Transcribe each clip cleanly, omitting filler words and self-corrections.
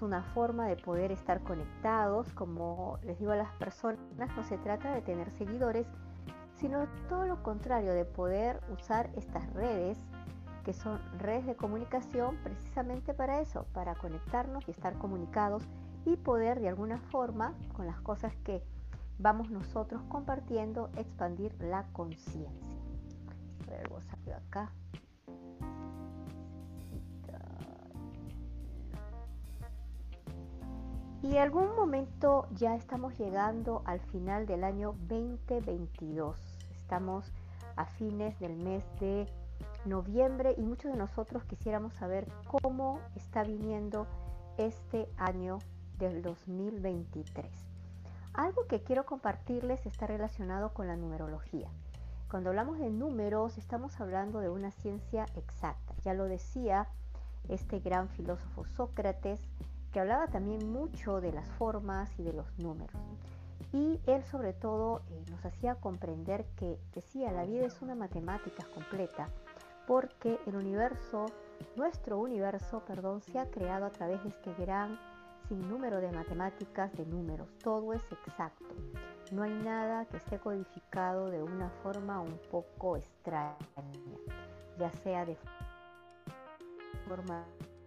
una forma de poder estar conectados. Como les digo a las personas, no se trata de tener seguidores, sino todo lo contrario, de poder usar estas redes, que son redes de comunicación, precisamente para eso, para conectarnos y estar comunicados y poder de alguna forma, con las cosas que vamos nosotros compartiendo, expandir la conciencia. A ver, vos saco acá. Y en algún momento ya estamos llegando al final del año 2022. Estamos a fines del mes de noviembre y muchos de nosotros quisiéramos saber cómo está viniendo este año del 2023. Algo que quiero compartirles está relacionado con la numerología. Cuando hablamos de números, estamos hablando de una ciencia exacta. Ya lo decía este gran filósofo Sócrates, que hablaba también mucho de las formas y de los números. Y él sobre todo nos hacía comprender que, decía, la vida es una matemática completa, porque el universo, nuestro universo, se ha creado a través de este gran sinnúmero de matemáticas, de números. Todo es exacto. No hay nada que esté codificado de una forma un poco extraña, ya sea de forma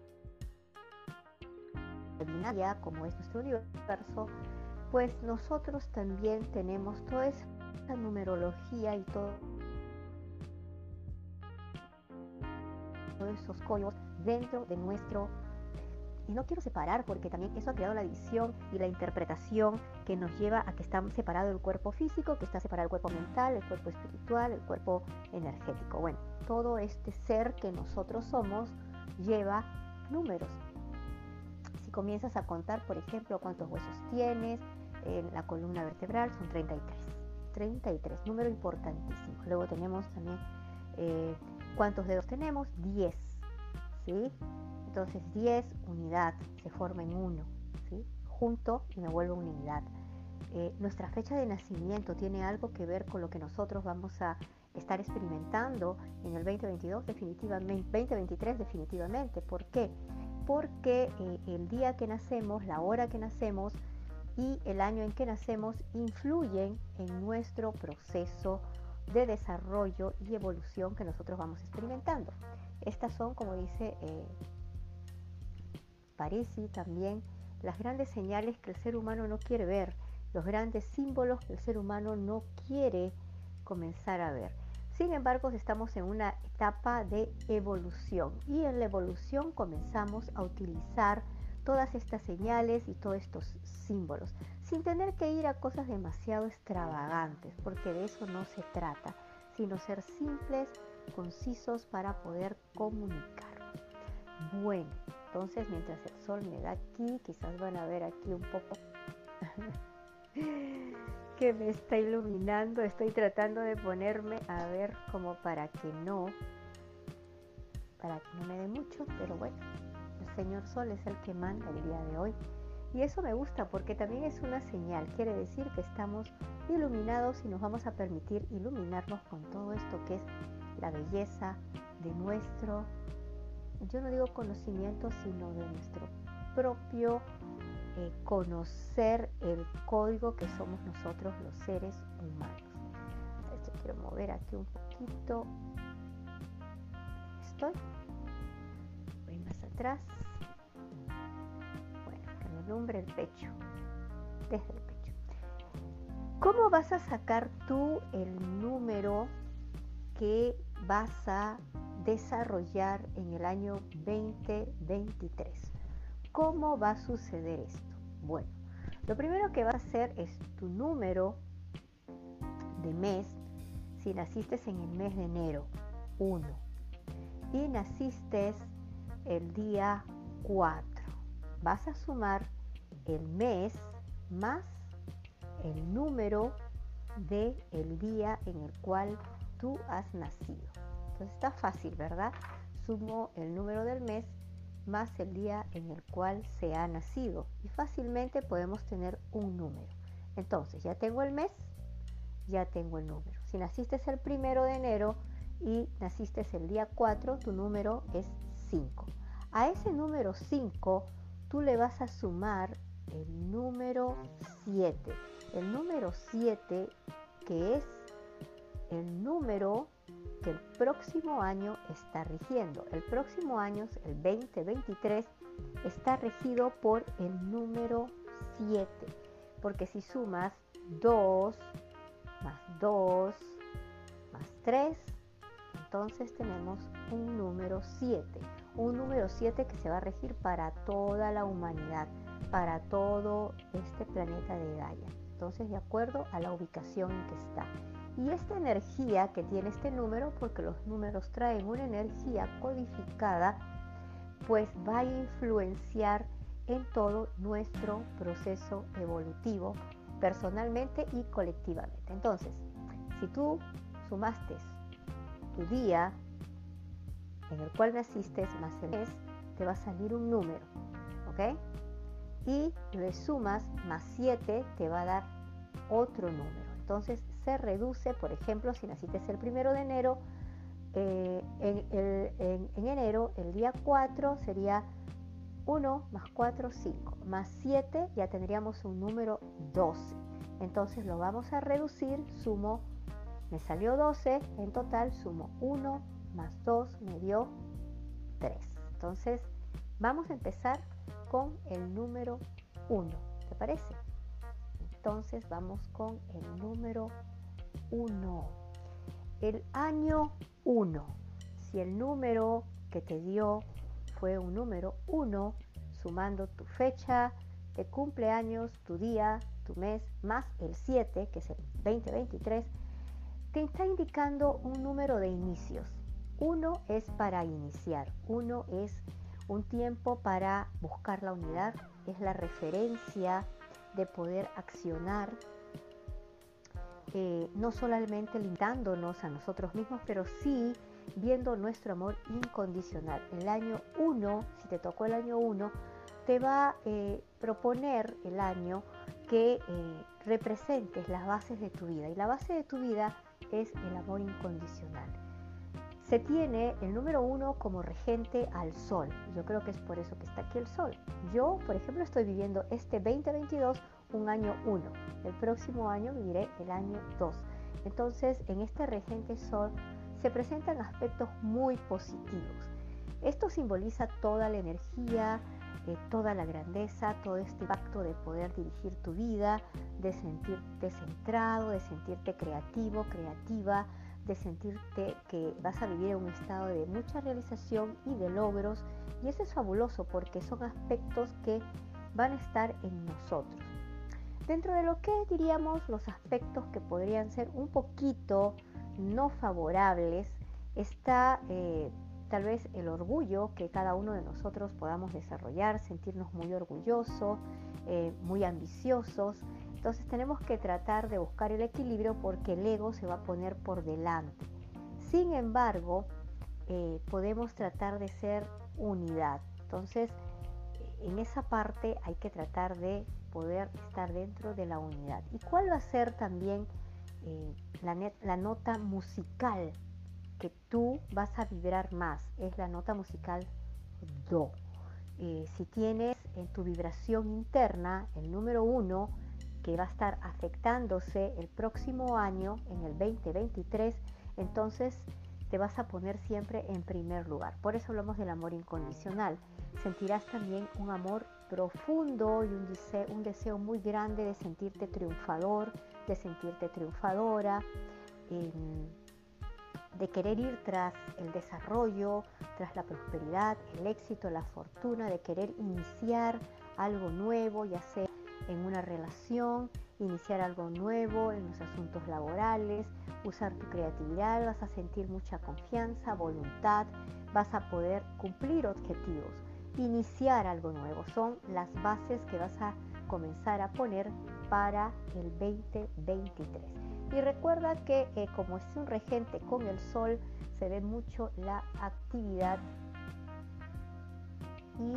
binaria, como es nuestro universo, pues nosotros también tenemos toda esa numerología y todos esos códigos dentro de nuestro. Y no quiero separar, porque también eso ha creado la división y la interpretación que nos lleva a que está separado el cuerpo físico, que está separado el cuerpo mental, el cuerpo espiritual, el cuerpo energético. Bueno, todo este ser que nosotros somos lleva números. Si comienzas a contar, por ejemplo, cuántos huesos tienes en la columna vertebral, son 33. 33, número importantísimo. Luego tenemos también cuántos dedos tenemos, 10, ¿sí? Entonces 10, unidad, se forma en uno, ¿sí? Junto y me vuelvo una unidad. Nuestra fecha de nacimiento tiene algo que ver con lo que nosotros vamos a estar experimentando en el 2022 definitivamente, 2023 definitivamente. ¿Por qué? Porque el día que nacemos, la hora que nacemos y el año en que nacemos influyen en nuestro proceso de desarrollo y evolución que nosotros vamos experimentando. Estas son, como dice Parisi también, las grandes señales que el ser humano no quiere ver, los grandes símbolos que el ser humano no quiere comenzar a ver. Sin embargo, estamos en una etapa de evolución y en la evolución comenzamos a utilizar todas estas señales y todos estos símbolos, sin tener que ir a cosas demasiado extravagantes, porque de eso no se trata, sino ser simples, concisos para poder comunicar. Bueno, entonces mientras el sol me da aquí, quizás van a ver aquí un poco que me está iluminando. Estoy tratando de ponerme a ver como para que no me dé mucho, pero bueno, el señor sol es el que manda el día de hoy. Y eso me gusta porque también es una señal, quiere decir que estamos iluminados y nos vamos a permitir iluminarnos con todo esto que es la belleza de nuestro, yo no digo conocimiento, sino de nuestro propio conocer el código que somos nosotros los seres humanos. Esto quiero mover aquí un poquito. Voy más atrás. Bueno, que me alumbre el pecho, desde el pecho. ¿Cómo vas a sacar tú el número que vas a desarrollar en el año 2023? ¿Cómo va a suceder esto? Bueno, lo primero que vas a hacer es tu número de mes. Si naciste en el mes de enero, 1, y naciste el día 4, vas a sumar el mes más el número del día en el cual tú has nacido. Entonces está fácil, ¿verdad? Sumo el número del mes más el día en el cual se ha nacido y fácilmente podemos tener un número. Entonces ya tengo el mes, ya tengo el número. Si naciste el 1 de enero y naciste el día 4, tu número es 5. A ese número 5 tú le vas a sumar el número 7. El número 7, que es el número que el próximo año está rigiendo. El próximo año, el 2023, está regido por el número 7. Porque si sumas 2 más 2 más 3, entonces tenemos un número 7. Un número 7 que se va a regir para toda la humanidad, para todo este planeta de Gaia. Entonces, de acuerdo a la ubicación en que está. Y esta energía que tiene este número, porque los números traen una energía codificada, pues va a influenciar en todo nuestro proceso evolutivo, personalmente y colectivamente. Entonces, si tú sumaste tu día en el cual naciste más el mes, te va a salir un número, ¿ok? Y le sumas más 7, te va a dar otro número. Entonces se reduce, por ejemplo, si naciste el 1 de enero, en enero, el día 4 sería 1 más 4, 5, más 7, ya tendríamos un número 12. Entonces lo vamos a reducir, sumo, me salió 12, en total sumo 1 más 2, me dio 3. Entonces vamos a empezar con el número 1, ¿te parece? Entonces vamos con el número 1. El año 1. Si el número que te dio fue un número 1, sumando tu fecha de cumpleaños, tu día, tu mes, más el 7, que es el 2023, te está indicando un número de inicios. 1 es para iniciar, 1 es un tiempo para buscar la unidad, es la referencia de poder accionar, no solamente limitándonos a nosotros mismos, pero sí viendo nuestro amor incondicional. El año 1, si te tocó el año 1, te va a proponer el año que representes las bases de tu vida. Y la base de tu vida es el amor incondicional. Se tiene el número 1 como regente al sol. Yo creo que es por eso que está aquí el sol. Yo, por ejemplo, estoy viviendo este 2022 un año 1. El próximo año viviré el año 2. Entonces, en este regente sol se presentan aspectos muy positivos. Esto simboliza toda la energía, toda la grandeza, todo este pacto de poder dirigir tu vida, de sentirte centrado, de sentirte creativo, creativa, de sentirte que vas a vivir en un estado de mucha realización y de logros. Y eso es fabuloso porque son aspectos que van a estar en nosotros. Dentro de lo que diríamos los aspectos que podrían ser un poquito no favorables, está tal vez el orgullo que cada uno de nosotros podamos desarrollar, sentirnos muy orgullosos, muy ambiciosos. Entonces tenemos que tratar de buscar el equilibrio porque el ego se va a poner por delante. Sin embargo, podemos tratar de ser unidad. Entonces, en esa parte hay que tratar de poder estar dentro de la unidad. ¿Y cuál va a ser también la nota musical que tú vas a vibrar más? Es la nota musical Do. Si tienes en tu vibración interna el número 1, que va a estar afectándose el próximo año, en el 2023, entonces te vas a poner siempre en primer lugar. Por eso hablamos del amor incondicional. Sentirás también un amor profundo y un deseo muy grande de sentirte triunfador, de sentirte triunfadora, de querer ir tras el desarrollo, tras la prosperidad, el éxito, la fortuna, de querer iniciar algo nuevo, ya sea en una relación, iniciar algo nuevo en los asuntos laborales, usar tu creatividad, vas a sentir mucha confianza, voluntad, vas a poder cumplir objetivos, iniciar algo nuevo. Son las bases que vas a comenzar a poner para el 2023. Y recuerda que como es un regente con el sol, se ve mucho la actividad y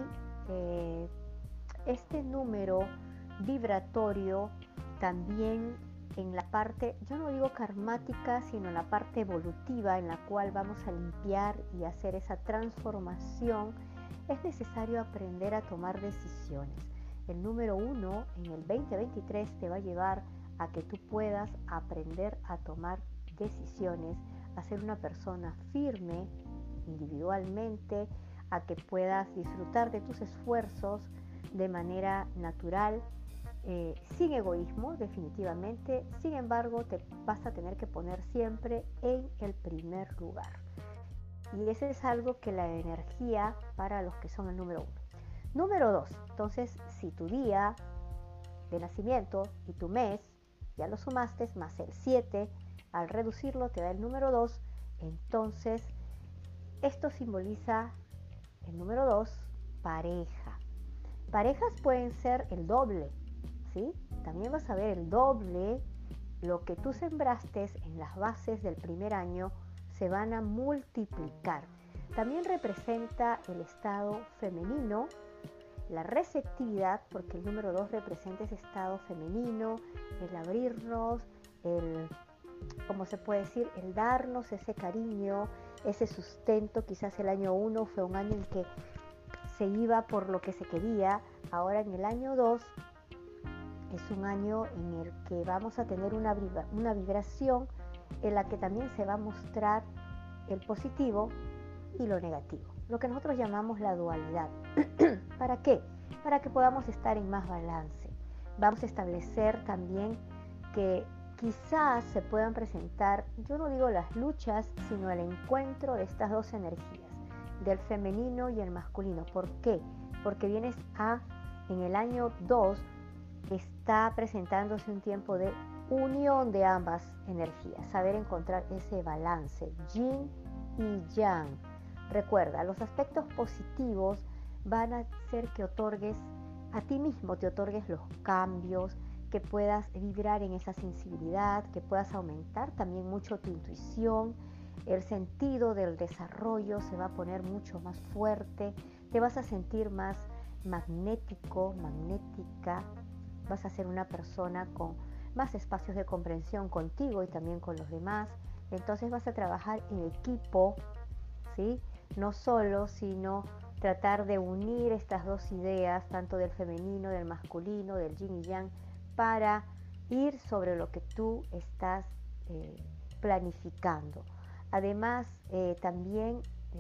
este número vibratorio también en la parte, yo no digo karmática, sino en la parte evolutiva en la cual vamos a limpiar y hacer esa transformación, es necesario aprender a tomar decisiones. El número 1 en el 2023 te va a llevar a que tú puedas aprender a tomar decisiones, a ser una persona firme individualmente, a que puedas disfrutar de tus esfuerzos de manera natural, sin egoísmo definitivamente. Sin embargo, te vas a tener que poner siempre en el primer lugar. Y ese es algo que la energía para los que son el número 1. Número 2, entonces si tu día de nacimiento y tu mes ya lo sumaste, más el 7, al reducirlo te da el número 2, entonces esto simboliza el número 2, pareja. Parejas pueden ser el doble, ¿sí? También vas a ver el doble, lo que tú sembraste en las bases del primer año se van a multiplicar. También representa el estado femenino, la receptividad, porque el número 2 representa ese estado femenino, el abrirnos, ¿cómo se puede decir? El darnos ese cariño, ese sustento. Quizás el año 1 fue un año en que se iba por lo que se quería. Ahora en el año 2 es un año en el que vamos a tener una vibración en la que también se va a mostrar el positivo y lo negativo, lo que nosotros llamamos la dualidad. ¿Para qué? Para que podamos estar en más balance. Vamos a establecer también que quizás se puedan presentar, yo no digo las luchas, sino el encuentro de estas dos energías, del femenino y el masculino. ¿Por qué? Porque en el año 2 está presentándose un tiempo de unión de ambas energías, saber encontrar ese balance, yin y yang. Recuerda, los aspectos positivos van a hacer que otorgues a ti mismo, te otorgues los cambios, que puedas vibrar en esa sensibilidad, que puedas aumentar también mucho tu intuición, el sentido del desarrollo se va a poner mucho más fuerte, te vas a sentir más magnético, magnética, vas a ser una persona con más espacios de comprensión contigo y también con los demás. Entonces vas a trabajar en equipo, ¿sí? No solo, sino tratar de unir estas dos ideas, tanto del femenino, del masculino, del yin y yang, para ir sobre lo que tú estás planificando. Además, también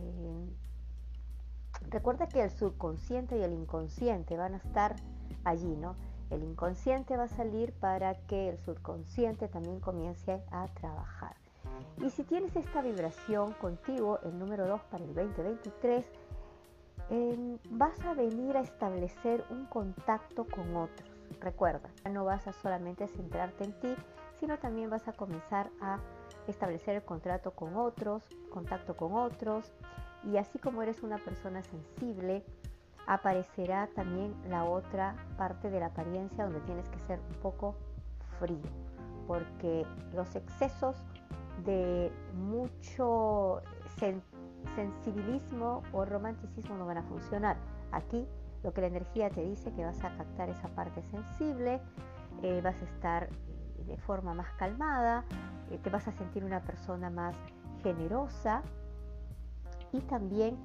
recuerda que el subconsciente y el inconsciente van a estar allí, ¿no? El inconsciente va a salir para que el subconsciente también comience a trabajar. Y si tienes esta vibración contigo, el número 2 para el 2023, vas a venir a establecer un contacto con otros. Recuerda, no vas a solamente centrarte en ti, sino también vas a comenzar a establecer el contacto con otros, y así como eres una persona sensible, aparecerá también la otra parte de la apariencia donde tienes que ser un poco frío, porque los excesos de mucho sensibilismo o romanticismo no van a funcionar. Aquí lo que la energía te dice que vas a captar esa parte sensible, vas a estar de forma más calmada, te vas a sentir una persona más generosa y también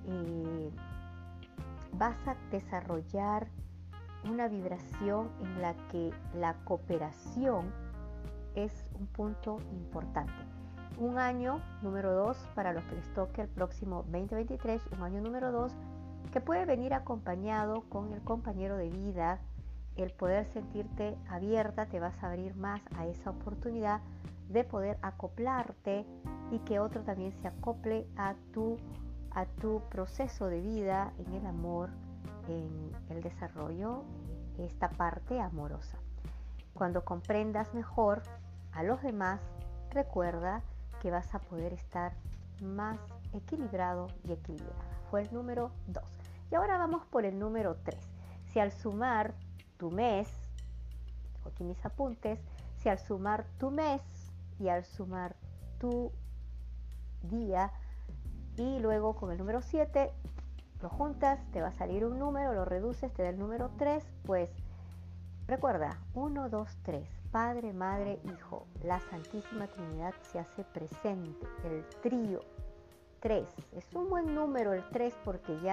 vas a desarrollar una vibración en la que la cooperación es un punto importante. Un año número 2 para los que les toque el próximo 2023, un año número 2 que puede venir acompañado con el compañero de vida. El poder sentirte abierta te vas a abrir más a esa oportunidad de poder acoplarte y que otro también se acople a tu proceso de vida, en el amor, en el desarrollo, esta parte amorosa. Cuando comprendas mejor a los demás, recuerda que vas a poder estar más equilibrado y equilibrada. Fue el número 2. Y ahora vamos por el número 3. Si al sumar tu mes, aquí mis apuntes, si al sumar tu mes y al sumar tu día y luego con el número 7 lo juntas, te va a salir un número, lo reduces, te da el número 3, pues recuerda, 1, 2, 3, Padre, Madre, Hijo, la Santísima Trinidad se hace presente, el trío, 3, es un buen número el 3 porque ya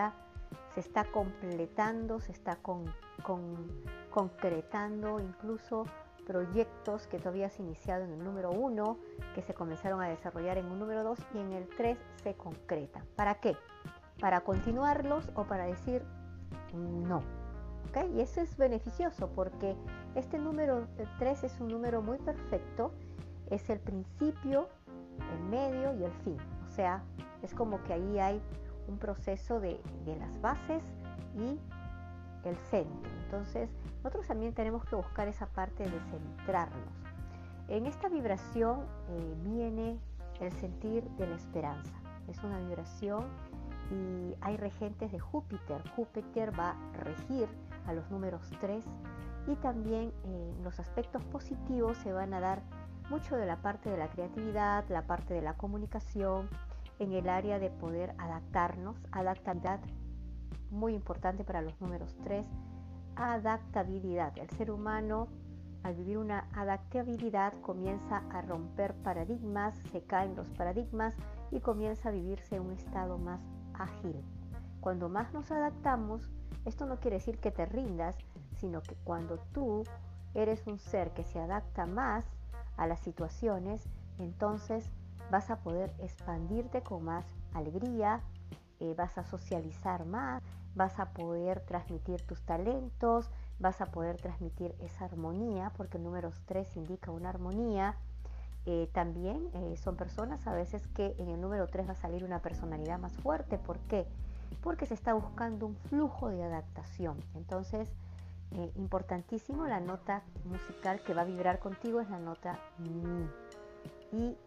se está completando, se está concretando, incluso proyectos que tú habías iniciado en el número 1, que se comenzaron a desarrollar en un número 2 y en el 3 se concretan. ¿Para qué? Para continuarlos o para decir no. ¿Okay? Y eso es beneficioso porque este número 3 es un número muy perfecto, es el principio, el medio y el fin. O sea, es como que ahí hay un proceso de las bases y el centro. Entonces, nosotros también tenemos que buscar esa parte de centrarnos. En esta vibración viene el sentir de la esperanza. Es una vibración y hay regentes de Júpiter. Júpiter va a regir a los números 3 y también los aspectos positivos se van a dar mucho de la parte de la creatividad, la parte de la comunicación, en el área de poder adaptarnos, adaptabilidad, muy importante para los números 3, adaptabilidad. El ser humano, al vivir una adaptabilidad, comienza a romper paradigmas, se caen los paradigmas y comienza a vivirse un estado más ágil. Cuando más nos adaptamos, esto no quiere decir que te rindas, sino que cuando tú eres un ser que se adapta más a las situaciones, entonces vas a poder expandirte con más alegría, vas a socializar más, vas a poder transmitir tus talentos, vas a poder transmitir esa armonía, porque el número 3 indica una armonía. También son personas a veces que en el número 3 va a salir una personalidad más fuerte. ¿Por qué? Porque se está buscando un flujo de adaptación. Entonces, importantísimo, la nota musical que va a vibrar contigo es la nota Mi. Y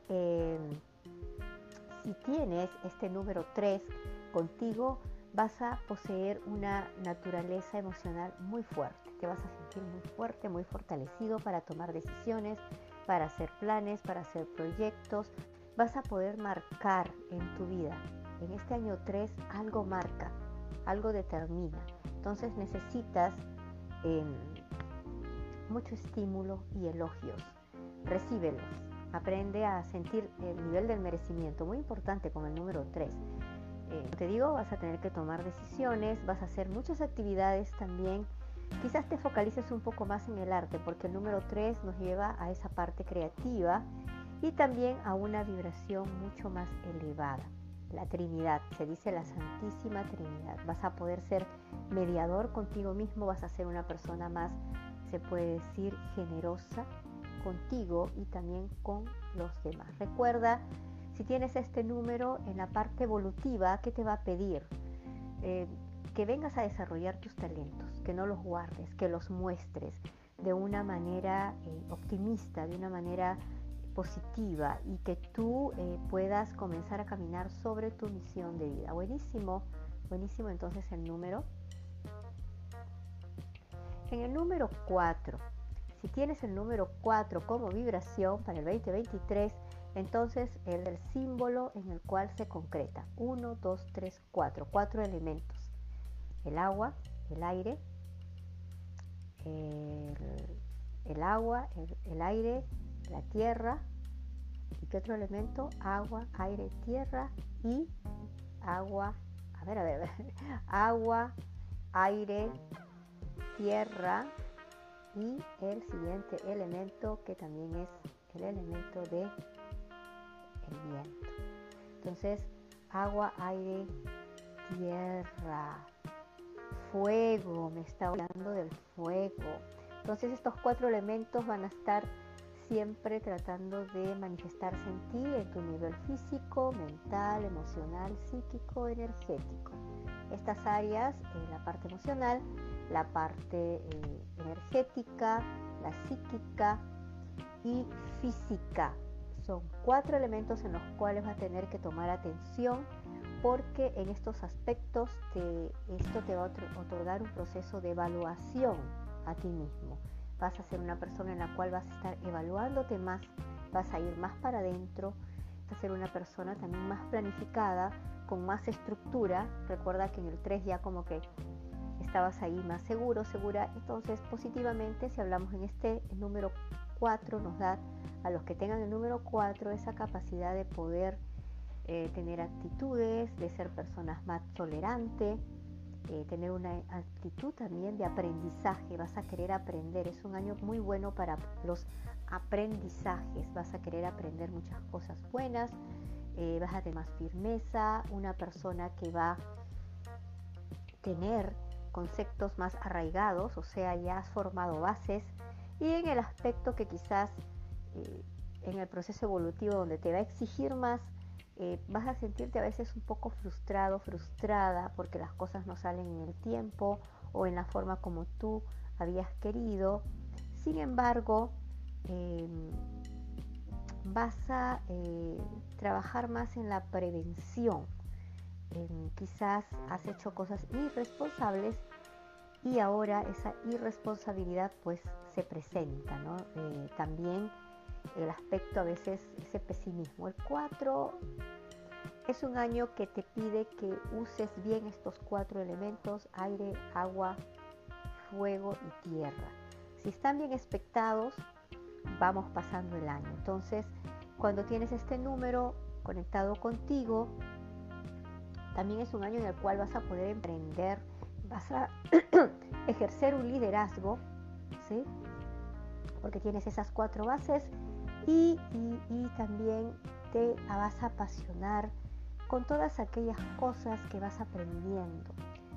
si tienes este número 3 contigo, vas a poseer una naturaleza emocional muy fuerte. Te vas a sentir muy fuerte, muy fortalecido para tomar decisiones, para hacer planes, para hacer proyectos. Vas a poder marcar en tu vida. En este año 3 algo marca, algo determina. Entonces necesitas mucho estímulo y elogios. Recíbelos. Aprende a sentir el nivel del merecimiento, muy importante con el número 3. Te digo, vas a tener que tomar decisiones, vas a hacer muchas actividades también. Quizás te focalices un poco más en el arte, porque el número 3 nos lleva a esa parte creativa y también a una vibración mucho más elevada. La Trinidad, se dice la Santísima Trinidad. Vas a poder ser mediador contigo mismo, vas a ser una persona más, se puede decir, generosa contigo y también con los demás. Recuerda, si tienes este número en la parte evolutiva, ¿qué te va a pedir? Que vengas a desarrollar tus talentos, que no los guardes, que los muestres de una manera optimista, de una manera positiva y que tú puedas comenzar a caminar sobre tu misión de vida. Buenísimo, buenísimo entonces el número. En el número 4, si tienes el número 4 como vibración para el 2023, entonces el símbolo en el cual se concreta 1, 2, 3, 4, 4 elementos: el agua, el aire, el agua, el aire, la tierra. ¿Y qué otro elemento? Agua, aire, tierra y agua. A ver. Agua, aire, tierra y el siguiente elemento, que también es el elemento de el viento. Entonces, agua, aire, tierra, fuego, me está hablando del fuego. Entonces, estos 4 elementos van a estar siempre tratando de manifestarse en ti, en tu nivel físico, mental, emocional, psíquico, energético. Estas áreas, la parte emocional, la parte energética, la psíquica y física. Son 4 elementos en los cuales vas a tener que tomar atención, porque en estos aspectos esto te va a otorgar un proceso de evaluación a ti mismo. Vas a ser una persona en la cual vas a estar evaluándote más, vas a ir más para adentro, vas a ser una persona también más planificada, con más estructura. Recuerda que en el 3 ya como que estabas ahí más seguro, segura. Entonces, positivamente, si hablamos en este número 4, nos da a los que tengan el número 4 esa capacidad de poder tener actitudes, de ser personas más tolerantes, tener una actitud también de aprendizaje, vas a querer aprender, es un año muy bueno para los aprendizajes, vas a querer aprender muchas cosas buenas, vas a tener más firmeza, una persona que va a tener conceptos más arraigados, o sea, ya has formado bases, y en el aspecto que quizás en el proceso evolutivo donde te va a exigir más, vas a sentirte a veces un poco frustrado, frustrada, porque las cosas no salen en el tiempo o en la forma como tú habías querido. Sin embargo, vas a trabajar más en la prevención. Quizás has hecho cosas irresponsables y ahora esa irresponsabilidad pues se presenta, ¿no? También el aspecto a veces, ese pesimismo. El 4 es un año que te pide que uses bien estos 4 elementos: aire, agua, fuego y tierra. Si están bien expectados, vamos pasando el año. Entonces, cuando tienes este número conectado contigo, también es un año en el cual vas a poder emprender, vas a ejercer un liderazgo, ¿sí? Porque tienes esas 4 bases y también te vas a apasionar con todas aquellas cosas que vas aprendiendo.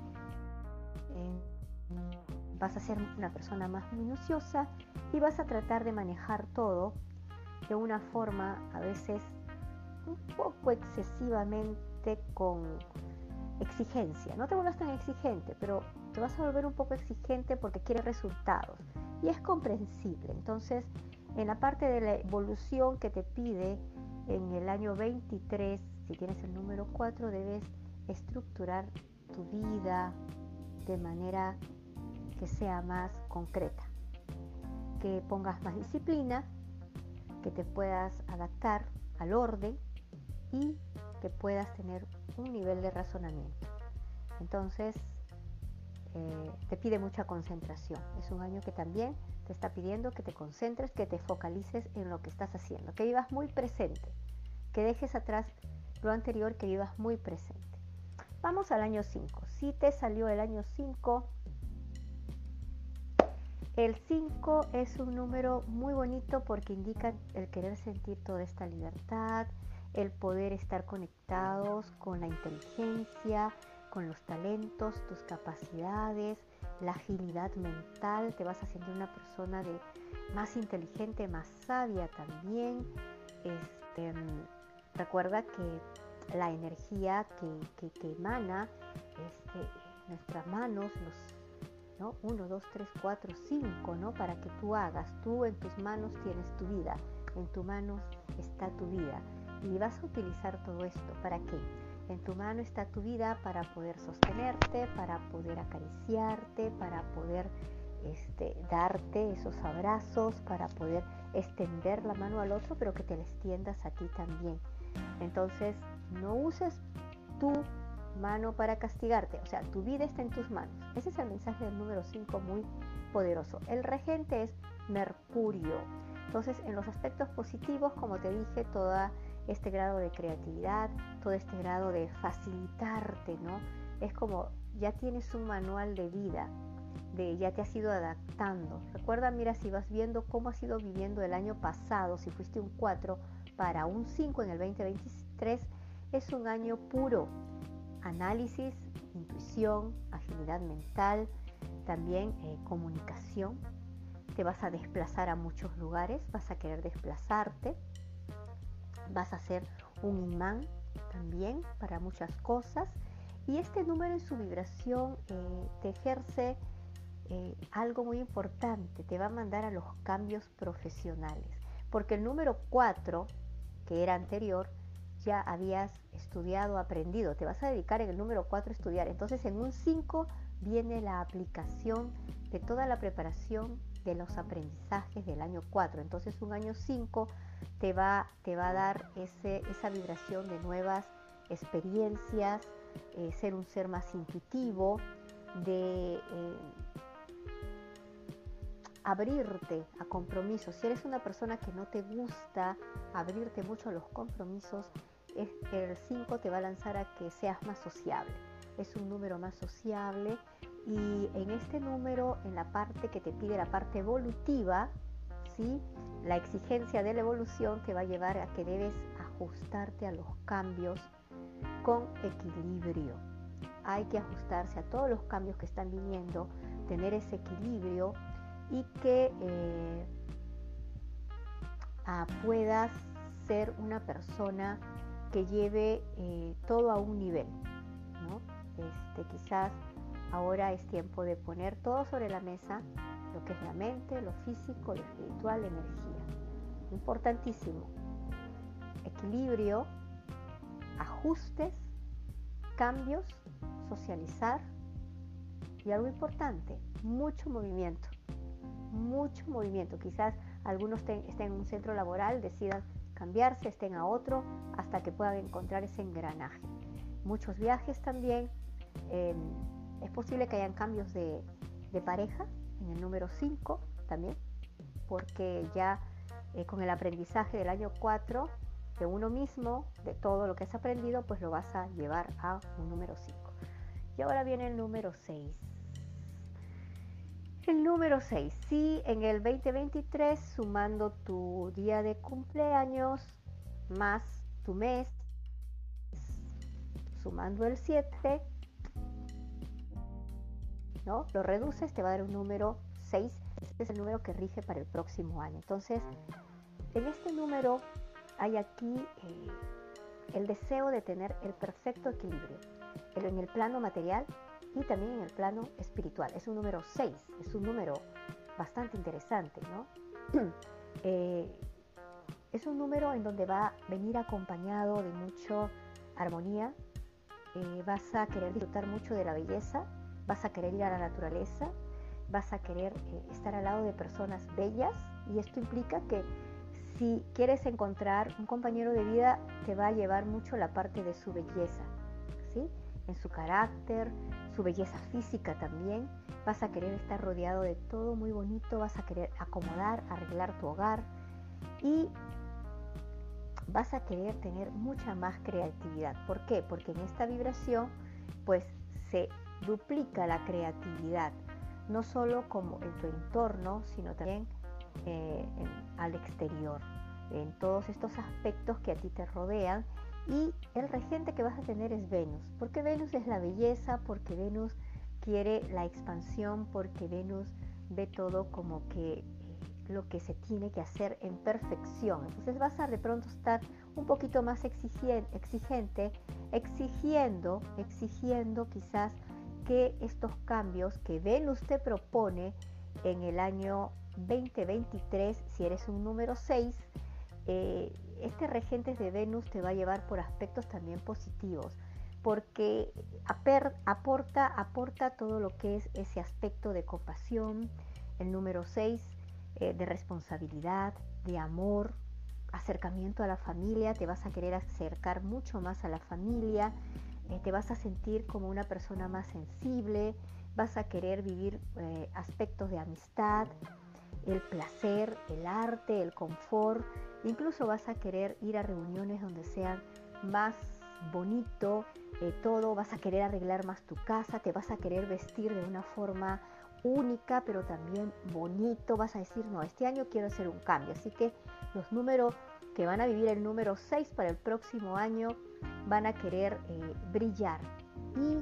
Vas a ser una persona más minuciosa y vas a tratar de manejar todo de una forma a veces un poco excesivamente con exigencia. No te vuelvas tan exigente, pero te vas a volver un poco exigente porque quieres resultados y es comprensible. Entonces, en la parte de la evolución que te pide en el año 23, si tienes el número 4, debes estructurar tu vida de manera que sea más concreta, que pongas más disciplina, que te puedas adaptar al orden y que puedas tener un nivel de razonamiento. Entonces, te pide mucha concentración. Es un año que también te está pidiendo que te concentres, que te focalices en lo que estás haciendo, que vivas muy presente, que dejes atrás lo anterior, que vivas muy presente. Vamos al año 5. Si te salió el año 5, el 5 es un número muy bonito porque indica el querer sentir toda esta libertad, el poder estar conectados con la inteligencia, con los talentos, tus capacidades, la agilidad mental. Te vas a sentir una persona más inteligente, más sabia también. Recuerda que la energía que emana nuestras manos, ¿no? 1, 2, 3, 4, 5, ¿no? Para que tú hagas. Tú en tus manos tienes tu vida, en tus manos está tu vida. Y vas a utilizar todo esto. ¿Para qué? En tu mano está tu vida para poder sostenerte, para poder acariciarte, para poder darte esos abrazos, para poder extender la mano al otro, pero que te la extiendas a ti también. Entonces, no uses tu mano para castigarte, o sea, tu vida está en tus manos. Ese es el mensaje del número 5, muy poderoso. El regente es Mercurio. Entonces, en los aspectos positivos, como te dije, todo este grado de creatividad, todo este grado de facilitarte, ¿no? Es como ya tienes un manual de vida, ya te has ido adaptando. Recuerda, mira, si vas viendo cómo has ido viviendo el año pasado, si fuiste un 4 para un 5 en el 2023, es un año puro. Análisis, intuición, agilidad mental, también comunicación. Te vas a desplazar a muchos lugares, vas a querer desplazarte, vas a ser un imán también para muchas cosas. Y este número en su vibración te ejerce algo muy importante, te va a mandar a los cambios profesionales, porque el número 4, que era anterior, ya habías estudiado, aprendido, te vas a dedicar en el número 4 a estudiar. Entonces en un 5 viene la aplicación de toda la preparación de los aprendizajes del año 4. Entonces un año 5 te va a dar esa vibración de nuevas experiencias, ser un ser más intuitivo, de abrirte a compromisos. Si eres una persona que no te gusta abrirte mucho a los compromisos, el 5 te va a lanzar a que seas más sociable. es un número más sociable, y en este número, en la parte que te pide la parte evolutiva, ¿sí? La exigencia de la evolución te va a llevar a que debes ajustarte a los cambios con equilibrio. Hay que ajustarse a todos los cambios que están viniendo, tener ese equilibrio y que puedas ser una persona que lleve todo a un nivel, ¿no? Quizás ahora es tiempo de poner todo sobre la mesa, lo que es la mente, lo físico, lo espiritual, la energía. Importantísimo. Equilibrio, ajustes, cambios, socializar y algo importante, mucho movimiento. Mucho movimiento. Quizás algunos estén en un centro laboral, decidan cambiarse, estén a otro, hasta que puedan encontrar ese engranaje. Muchos viajes también. Es posible que hayan cambios de pareja en el número 5 también, porque ya con el aprendizaje del año 4 de uno mismo, de todo lo que has aprendido, pues lo vas a llevar a un número 5. Y ahora viene el número 6. El número 6, si en el 2023, sumando tu día de cumpleaños más tu mes, sumando el 7, ¿no? Lo reduces, te va a dar un número 6. Este es el número que rige para el próximo año. Entonces, en este número hay aquí el deseo de tener el perfecto equilibrio en el plano material y también en el plano espiritual. Es un número 6, es un número bastante interesante, ¿no? Es un número en donde va a venir acompañado de mucha armonía. Vas a querer disfrutar mucho de la belleza, vas a querer ir a la naturaleza, vas a querer estar al lado de personas bellas, y esto implica que si quieres encontrar un compañero de vida, te va a llevar mucho la parte de su belleza, ¿sí? En su carácter, su belleza física también. Vas a querer estar rodeado de todo muy bonito, vas a querer acomodar, arreglar tu hogar, y vas a querer tener mucha más creatividad. ¿Por qué? Porque en esta vibración pues se duplica la creatividad, no solo como en tu entorno, sino también al exterior, en todos estos aspectos que a ti te rodean. Y el regente que vas a tener es Venus, porque Venus es la belleza, porque Venus quiere la expansión, porque Venus ve todo como que lo que se tiene que hacer en perfección. Entonces vas a de pronto estar un poquito más exigente, exigiendo quizás que estos cambios que Venus te propone en el año 2023, si eres un número 6, este regente de Venus te va a llevar por aspectos también positivos, porque aporta todo lo que es ese aspecto de compasión. El número 6, de responsabilidad, de amor, acercamiento a la familia. Te vas a querer acercar mucho más a la familia, te vas a sentir como una persona más sensible, vas a querer vivir aspectos de amistad, el placer, el arte, el confort. Incluso vas a querer ir a reuniones donde sean más bonito todo, vas a querer arreglar más tu casa, te vas a querer vestir de una forma única, pero también bonito. Vas a decir, no, este año quiero hacer un cambio. Así que los números que van a vivir el número 6 para el próximo año van a querer brillar. Y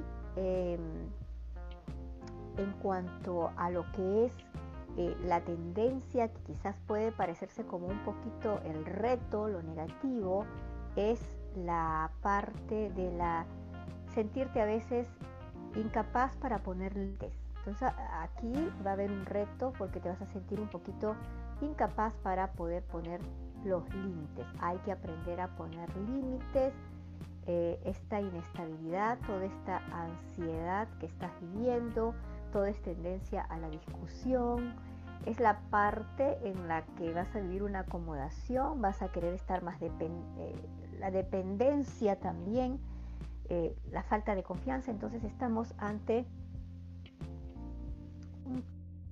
en cuanto a lo que es la tendencia, que quizás puede parecerse como un poquito el reto, lo negativo, es la parte de la sentirte a veces incapaz para poner límites. Entonces aquí va a haber un reto, porque te vas a sentir un poquito incapaz para poder poner los límites. Hay que aprender a poner límites. Esta inestabilidad, toda esta ansiedad que estás viviendo, toda esta tendencia a la discusión, es la parte en la que vas a vivir una acomodación, vas a querer estar más la dependencia también, la falta de confianza. Entonces estamos ante un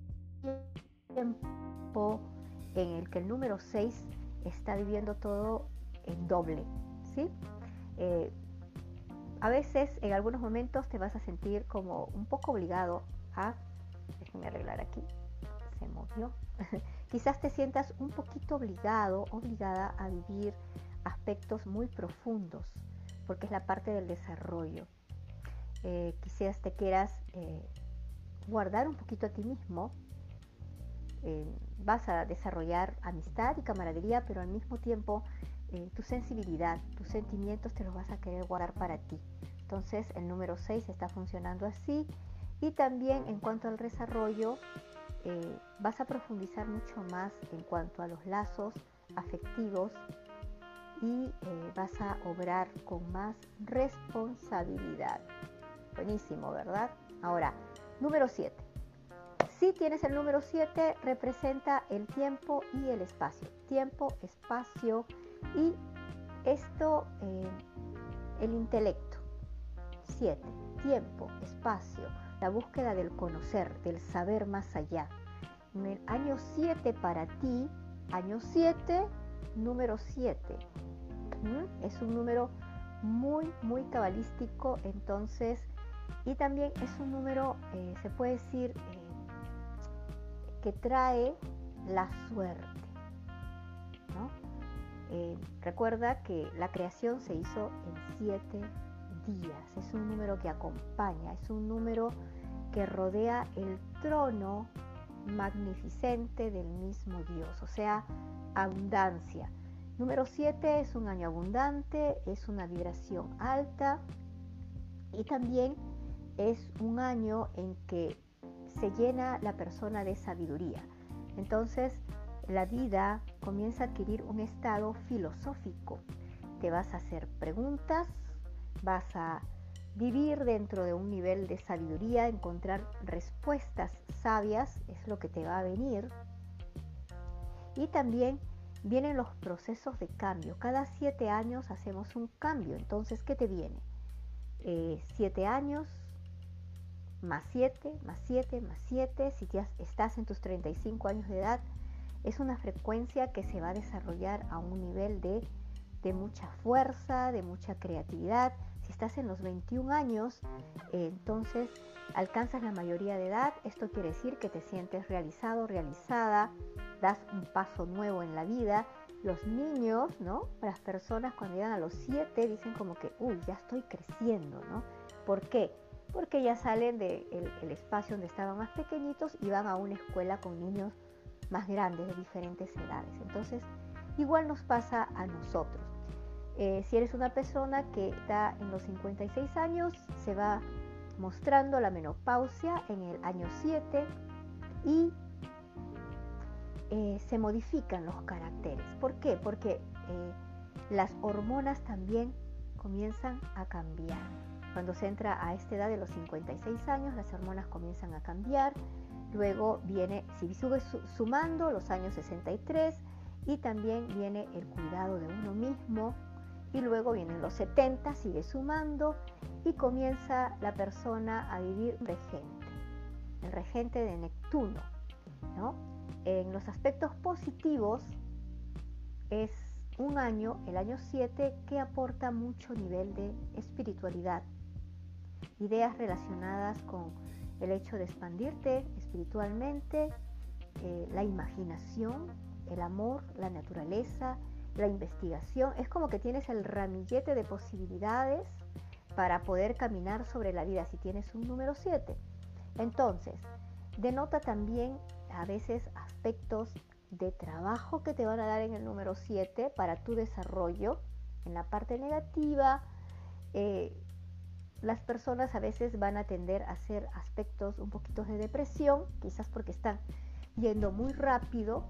tiempo en el que el número 6 está viviendo todo en doble, ¿sí? A veces, en algunos momentos, te vas a sentir como un poco obligado a, déjenme arreglar aquí, se movió, quizás te sientas un poquito obligada a vivir aspectos muy profundos, porque es la parte del desarrollo. Quizás te quieras guardar un poquito a ti mismo, vas a desarrollar amistad y camaradería, pero al mismo tiempo tu sensibilidad, tus sentimientos te los vas a querer guardar para ti. Entonces el número 6 está funcionando así. Y también en cuanto al desarrollo, vas a profundizar mucho más en cuanto a los lazos afectivos y vas a obrar con más responsabilidad. Buenísimo, ¿verdad? Ahora, número 7. Si tienes el número 7, representa el tiempo y el espacio. Tiempo, espacio y esto, el intelecto. 7. Tiempo, espacio, la búsqueda del conocer, del saber más allá. En el año 7 para ti, año 7, número 7. Es un número muy, muy cabalístico, entonces, y también es un número, se puede decir, que trae la suerte, ¿no? Recuerda que la creación se hizo en 7 días, es un número que acompaña, es un número que rodea el trono magnificente del mismo Dios, o sea, abundancia. Número 7 es un año abundante, es una vibración alta y también es un año en que se llena la persona de sabiduría. Entonces, la vida comienza a adquirir un estado filosófico. Te vas a hacer preguntas, vas a vivir dentro de un nivel de sabiduría, encontrar respuestas sabias, es lo que te va a venir. Y también vienen los procesos de cambio. Cada 7 años hacemos un cambio. Entonces, ¿qué te viene? 7 años, más 7, más 7, más 7. Si estás en tus 35 años de edad, es una frecuencia que se va a desarrollar a un nivel de mucha fuerza, de mucha creatividad. Si estás en los 21 años, entonces alcanzas la mayoría de edad. Esto quiere decir que te sientes realizado, realizada, das un paso nuevo en la vida. Los niños, ¿no? Las personas cuando llegan a los 7 dicen como que, uy, ya estoy creciendo, ¿no? ¿Por qué? Porque ya salen del espacio donde estaban más pequeñitos y van a una escuela con niños más grandes de diferentes edades. Entonces, igual nos pasa a nosotros. Si eres una persona que está en los 56 años, se va mostrando la menopausia en el año 7 y se modifican los caracteres. ¿Por qué? Porque las hormonas también comienzan a cambiar. Cuando se entra a esta edad de los 56 años, las hormonas comienzan a cambiar. Luego viene, si sube sumando, los años 63 y también viene el cuidado de uno mismo. Y luego vienen los 70, sigue sumando y comienza la persona a vivir regente, el regente de Neptuno, ¿no? En los aspectos positivos es un año, el año 7, que aporta mucho nivel de espiritualidad, ideas relacionadas con el hecho de expandirte espiritualmente, la imaginación, el amor, la naturaleza, la investigación. Es como que tienes el ramillete de posibilidades para poder caminar sobre la vida si tienes un número 7. Entonces, denota también a veces aspectos de trabajo que te van a dar en el número 7 para tu desarrollo. En la parte negativa, las personas a veces van a tender a hacer aspectos un poquito de depresión, quizás porque están yendo muy rápido,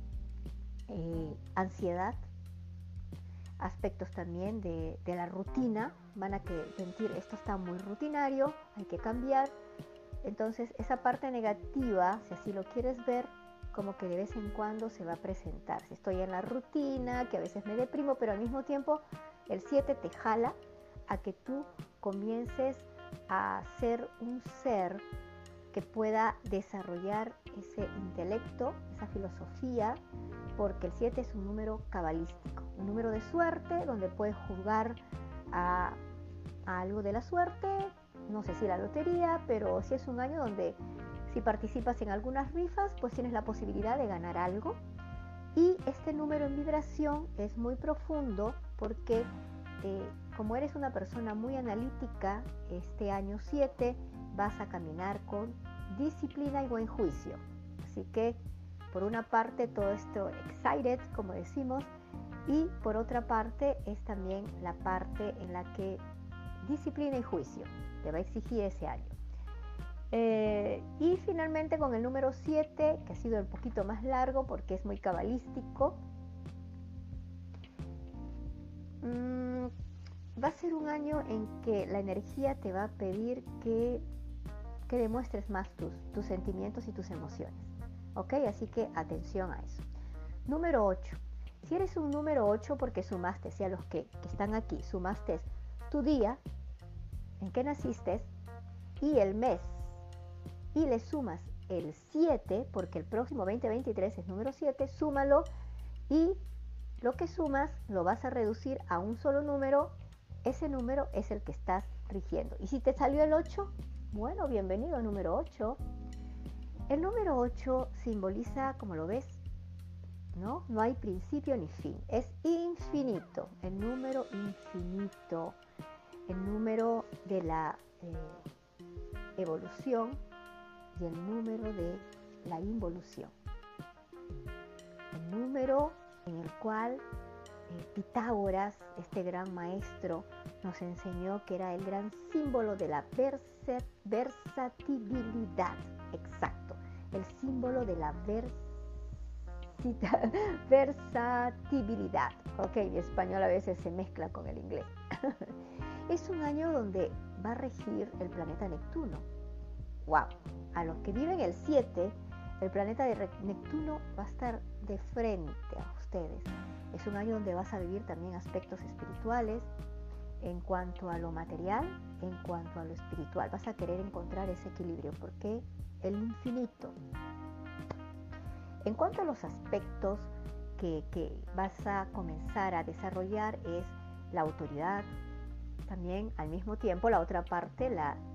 ansiedad, aspectos también de la rutina, van a sentir esto está muy rutinario, hay que cambiar. Entonces esa parte negativa, si así lo quieres ver, como que de vez en cuando se va a presentar. Si estoy en la rutina, que a veces me deprimo, pero al mismo tiempo el 7 te jala a que tú comiences a ser un ser que pueda desarrollar ese intelecto, esa filosofía, porque el 7 es un número cabalístico, un número de suerte donde puedes jugar a algo de la suerte, no sé si la lotería, pero sí es un año donde si participas en algunas rifas, pues tienes la posibilidad de ganar algo. Y este número en vibración es muy profundo porque como eres una persona muy analítica, este año 7 vas a caminar con disciplina y buen juicio. Así que por una parte todo esto excited, como decimos, y por otra parte es también la parte en la que disciplina y juicio te va a exigir ese año. Y finalmente con el número 7, que ha sido un poquito más largo porque es muy cabalístico, va a ser un año en que la energía te va a pedir que demuestres más tus sentimientos y tus emociones. ¿Ok? Así que atención a eso. Número 8. Si eres un número 8 porque sumaste, si a los que están aquí sumaste tu día en que naciste y el mes y le sumas el 7, porque el próximo 2023 es número 7, súmalo y lo que sumas lo vas a reducir a un solo número. Ese número es el que estás rigiendo. Y si te salió el 8, bueno, bienvenido al número 8. El número 8 simboliza, como lo ves, ¿no? No hay principio ni fin. Es infinito, el número infinito, el número de la evolución y el número de la involución. El número en el cual Pitágoras, este gran maestro, nos enseñó que era el gran símbolo de la versatilidad. Exacto, el símbolo de la versatilidad. Ok, mi español a veces se mezcla con el inglés. Es un año donde va a regir el planeta Neptuno. ¡Wow! A los que viven el 7, el planeta de Neptuno va a estar de frente a ustedes. Es un año donde vas a vivir también aspectos espirituales en cuanto a lo material, en cuanto a lo espiritual. Vas a querer encontrar ese equilibrio porque el infinito. En cuanto a los aspectos que vas a comenzar a desarrollar es la autoridad, también al mismo tiempo la otra parte,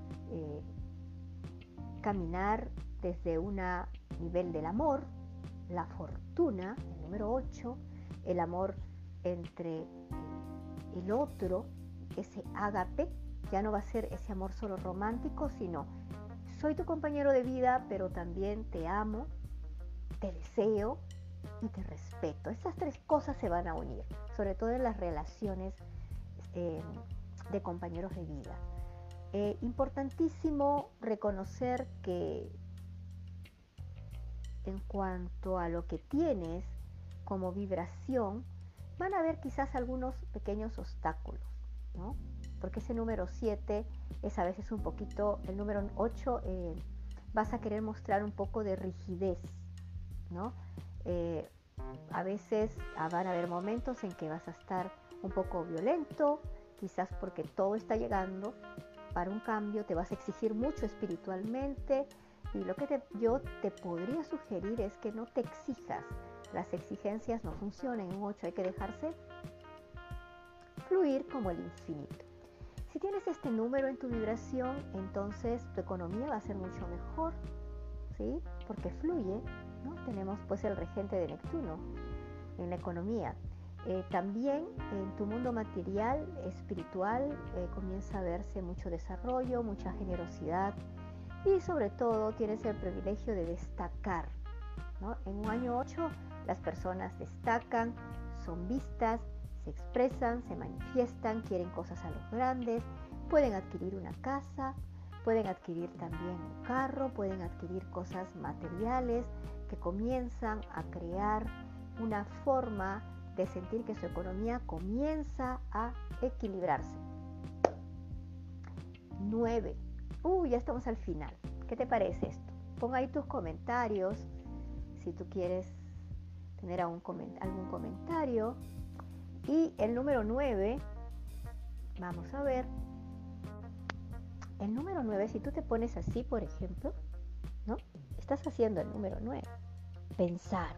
caminar desde un nivel del amor, la fortuna, el número 8, el amor entre el otro, ese ágape, ya no va a ser ese amor solo romántico, sino soy tu compañero de vida, pero también te amo, te deseo y te respeto. Estas tres cosas se van a unir, sobre todo en las relaciones de compañeros de vida. Importantísimo reconocer que en cuanto a lo que tienes como vibración, van a haber quizás algunos pequeños obstáculos, ¿no? Porque ese número 7 es a veces un poquito, el número 8 vas a querer mostrar un poco de rigidez, ¿no? A veces van a haber momentos en que vas a estar un poco violento, quizás porque todo está llegando para un cambio, te vas a exigir mucho espiritualmente y lo que yo te podría sugerir es que no te exijas. Las exigencias no funcionan en un 8, hay que dejarse fluir como el infinito. Si tienes este número en tu vibración, entonces tu economía va a ser mucho mejor, ¿sí? Porque fluye, ¿no? Tenemos pues el regente de Neptuno en la economía. También en tu mundo material, espiritual, comienza a verse mucho desarrollo, mucha generosidad y sobre todo tienes el privilegio de destacar, ¿no? En un año 8 las personas destacan, son vistas, se expresan, se manifiestan, quieren cosas a los grandes, pueden adquirir una casa, pueden adquirir también un carro, pueden adquirir cosas materiales que comienzan a crear una forma de sentir que su economía comienza a equilibrarse. 9. Ya estamos al final. ¿Qué te parece esto? Pon ahí tus comentarios si tú quieres tener algún comentario. Y el número 9, vamos a ver. El número 9, si tú te pones así, por ejemplo, ¿no? Estás haciendo el número 9. Pensar.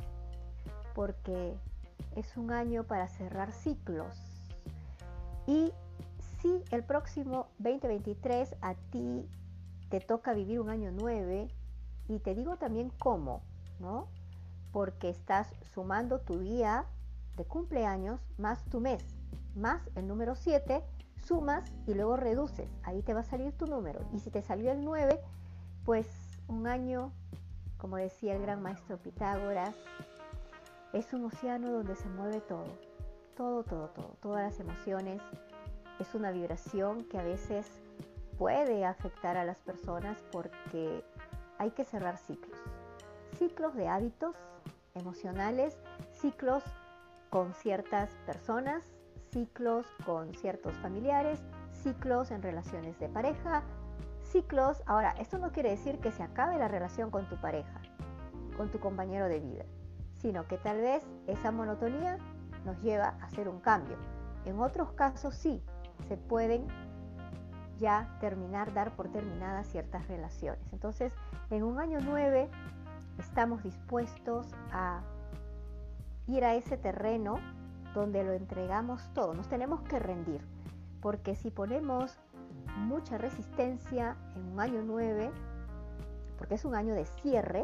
Porque es un año para cerrar ciclos y Si el próximo 2023 a ti te toca vivir un año 9, y te digo también cómo, ¿no? Porque estás sumando tu día de cumpleaños más tu mes, más el número 7, sumas y luego reduces. Ahí te va a salir tu número. Y si te salió el 9, pues un año, como decía el gran maestro Pitágoras, es un océano donde se mueve todo. Todo. Todas las emociones. Es una vibración que a veces puede afectar a las personas porque hay que cerrar ciclos. Ciclos de hábitos emocionales, ciclos con ciertas personas, ciclos con ciertos familiares, ciclos en relaciones de pareja, ciclos. Ahora, esto no quiere decir que se acabe la relación con tu pareja, con tu compañero de vida, sino que tal vez esa monotonía nos lleva a hacer un cambio. En otros casos sí, se pueden ya dar por terminadas ciertas relaciones. Entonces, en un año 9 estamos dispuestos a ir a ese terreno donde lo entregamos todo. Nos tenemos que rendir, porque si ponemos mucha resistencia en un año 9, porque es un año de cierre,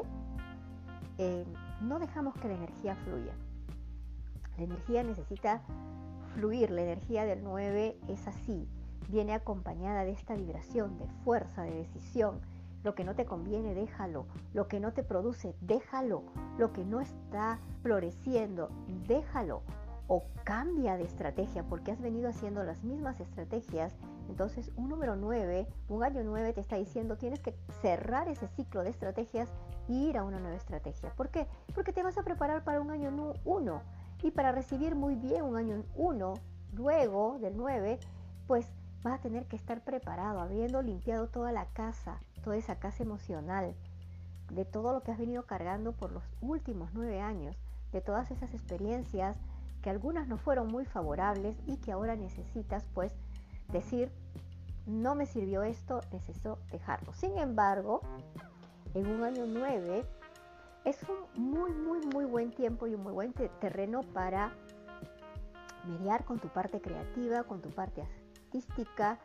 no dejamos que la energía fluya. La energía necesita fluir. La energía del 9 es así, viene acompañada de esta vibración de fuerza, de decisión. Lo que no te conviene, déjalo. Lo que no te produce, déjalo. Lo que no está floreciendo, déjalo. O cambia de estrategia, porque has venido haciendo las mismas estrategias. Entonces un número 9, un año 9 te está diciendo, tienes que cerrar ese ciclo de estrategias e ir a una nueva estrategia. ¿Por qué? Porque te vas a preparar para un año 1. Y para recibir muy bien un año 1, luego del 9, pues vas a tener que estar preparado, habiendo limpiado toda la casa, toda esa casa emocional, de todo lo que has venido cargando por los últimos 9 años, de todas esas experiencias que algunas no fueron muy favorables y que ahora necesitas pues decir, no me sirvió esto, necesito dejarlo. Sin embargo, en un año 9 es un muy buen tiempo y un muy buen terreno para mediar con tu parte creativa, con tu parte artística,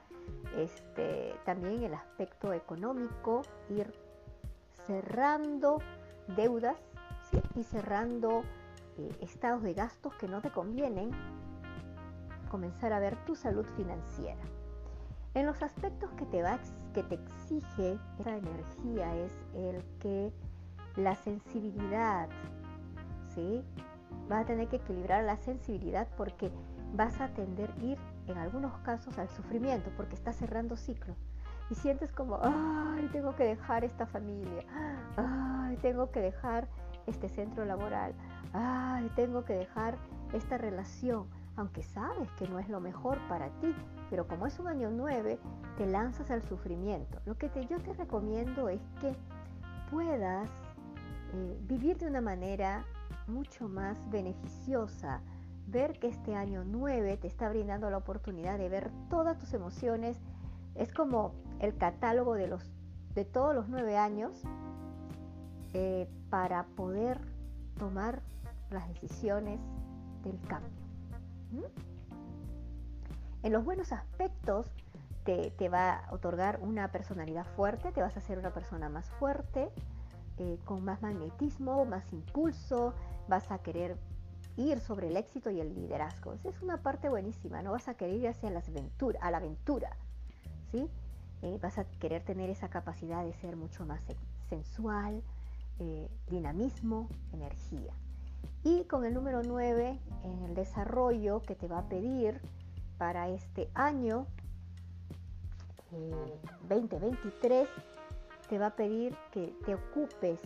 también el aspecto económico, ir cerrando deudas, ¿sí? Y cerrando estados de gastos que no te convienen, comenzar a ver tu salud financiera. En los aspectos que te exige esta energía es el que la sensibilidad, ¿sí? Vas a tener que equilibrar la sensibilidad porque vas a tender a ir en algunos casos al sufrimiento porque estás cerrando ciclos y sientes como, ay, tengo que dejar esta familia, ay, tengo que dejar este centro laboral, ay, tengo que dejar esta relación, aunque sabes que no es lo mejor para ti, pero como es un año 9, te lanzas al sufrimiento. Lo que yo te recomiendo es que puedas vivir de una manera mucho más beneficiosa, ver que este año 9 te está brindando la oportunidad de ver todas tus emociones. Es como el catálogo de todos los 9 años para poder tomar las decisiones del cambio. En los buenos aspectos te va a otorgar una personalidad fuerte, te vas a hacer una persona más fuerte, con más magnetismo, más impulso, vas a querer ir sobre el éxito y el liderazgo. Esa es una parte buenísima, no vas a querer ir hacia la aventura, ¿sí? Vas a querer tener esa capacidad de ser mucho más sensual, dinamismo, energía. Y con el número 9, en el desarrollo que te va a pedir para este año 2023, te va a pedir que te ocupes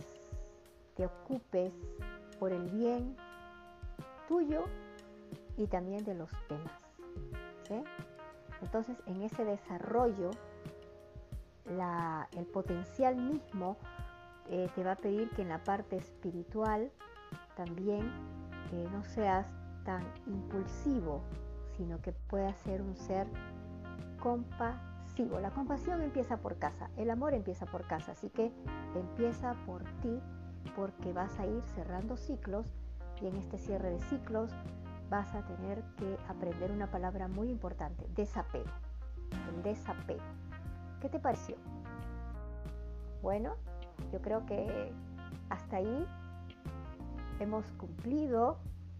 por el bien tuyo y también de los demás, ¿sí? Entonces, en ese desarrollo, el potencial mismo te va a pedir que en la parte espiritual también no seas tan impulsivo, sino que puedas ser un ser compasivo. La compasión empieza por casa, el amor empieza por casa, así que empieza por ti, porque vas a ir cerrando ciclos y en este cierre de ciclos vas a tener que aprender una palabra muy importante: desapego. el desapego. ¿Qué te pareció? Bueno, yo creo que hasta ahí hemos cumplido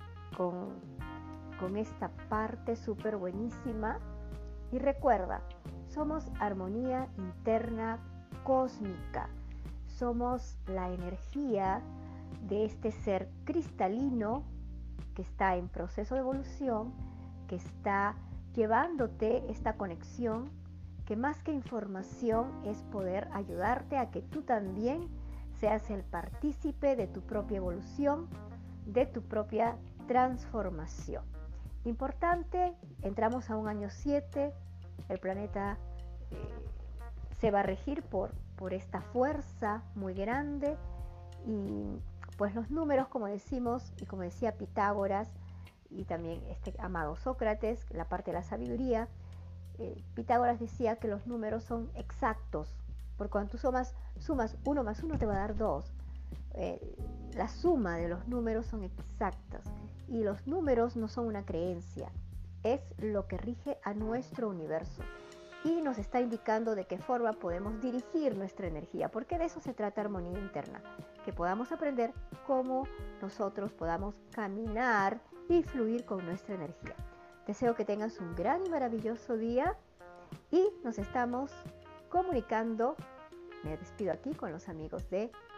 con esta parte súper buenísima. Y recuerda, somos armonía interna cósmica. Somos la energía de este ser cristalino que está en proceso de evolución, que está llevándote esta conexión, que más que información es poder ayudarte a que tú también seas el partícipe de tu propia evolución, de tu propia transformación. Importante, entramos a un año 7, el planeta se va a regir por esta fuerza muy grande y pues los números, como decimos y como decía Pitágoras y también este amado Sócrates, la parte de la sabiduría, Pitágoras decía que los números son exactos, porque cuando tú sumas 1 más 1 te va a dar 2. La suma de los números son exactas y los números no son una creencia, es lo que rige a nuestro universo y nos está indicando de qué forma podemos dirigir nuestra energía, porque de eso se trata armonía interna, que podamos aprender cómo nosotros podamos caminar y fluir con nuestra energía. Deseo que tengas un gran y maravilloso día y nos estamos comunicando. Me despido aquí con los amigos de